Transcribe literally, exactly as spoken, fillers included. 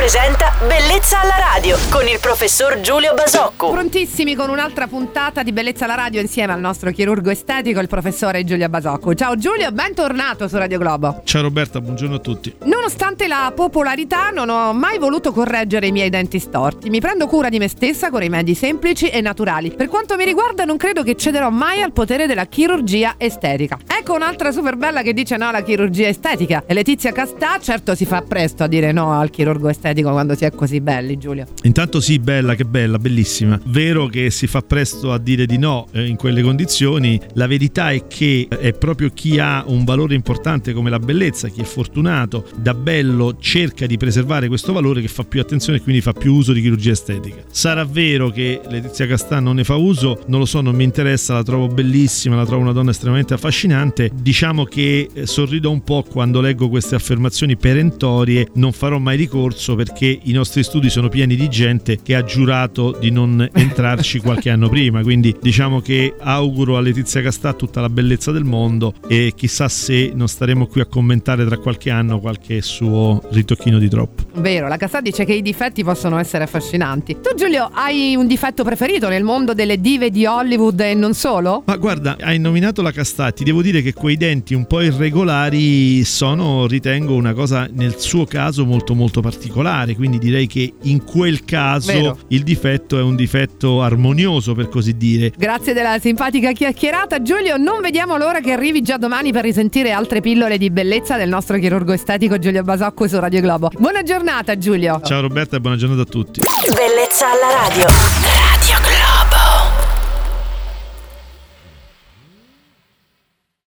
presenta Bellezza alla radio con il professor Giulio Basocco. Prontissimi con un'altra puntata di Bellezza alla radio insieme al nostro chirurgo estetico, il professore Giulio Basocco. Ciao Giulio, bentornato su Radio Globo. Ciao Roberta, buongiorno a tutti. Nonostante la popolarità non ho mai voluto correggere i miei denti storti. Mi prendo cura di me stessa con rimedi semplici e naturali. Per quanto mi riguarda non credo che cederò mai al potere della chirurgia estetica. Ecco un'altra super bella che dice no alla chirurgia estetica. E Letizia Castà certo si fa presto a dire no al chirurgo estetico quando si è così belli, Giulio. Intanto sì, bella, che bella, bellissima. Vero che si fa presto a dire di no eh, in quelle condizioni. La verità è che è proprio chi ha un valore importante come la bellezza, chi è fortunato, da bello cerca di preservare questo valore, che fa più attenzione e quindi fa più uso di chirurgia estetica. Sarà vero che Letizia Castà non ne fa uso? Non lo so, non mi interessa, la trovo bellissima, la trovo una donna estremamente affascinante. Diciamo che eh, sorrido un po' quando leggo queste affermazioni perentorie. Non farò mai ricorso perché i nostri studi sono pieni di gente che ha giurato di non entrarci qualche anno prima, quindi diciamo che auguro a Letizia Castà tutta la bellezza del mondo e chissà se non staremo qui a commentare tra qualche anno qualche suo ritocchino di troppo. Vero, la Castà dice che i difetti possono essere affascinanti. Tu Giulio hai un difetto preferito nel mondo delle dive di Hollywood e non solo? Ma guarda, hai nominato la Castà, ti devo dire che quei denti un po' irregolari sono, ritengo, una cosa nel suo caso molto molto particolare, quindi direi che in quel caso Vero. il difetto è un difetto armonioso, per così dire. Grazie della simpatica chiacchierata Giulio, non vediamo l'ora che arrivi già domani per risentire altre pillole di bellezza del nostro chirurgo estetico Giulio Basocco su Radio Globo. Buona giornata Giulio. Ciao Roberta e buona giornata a tutti. Bellezza alla radio.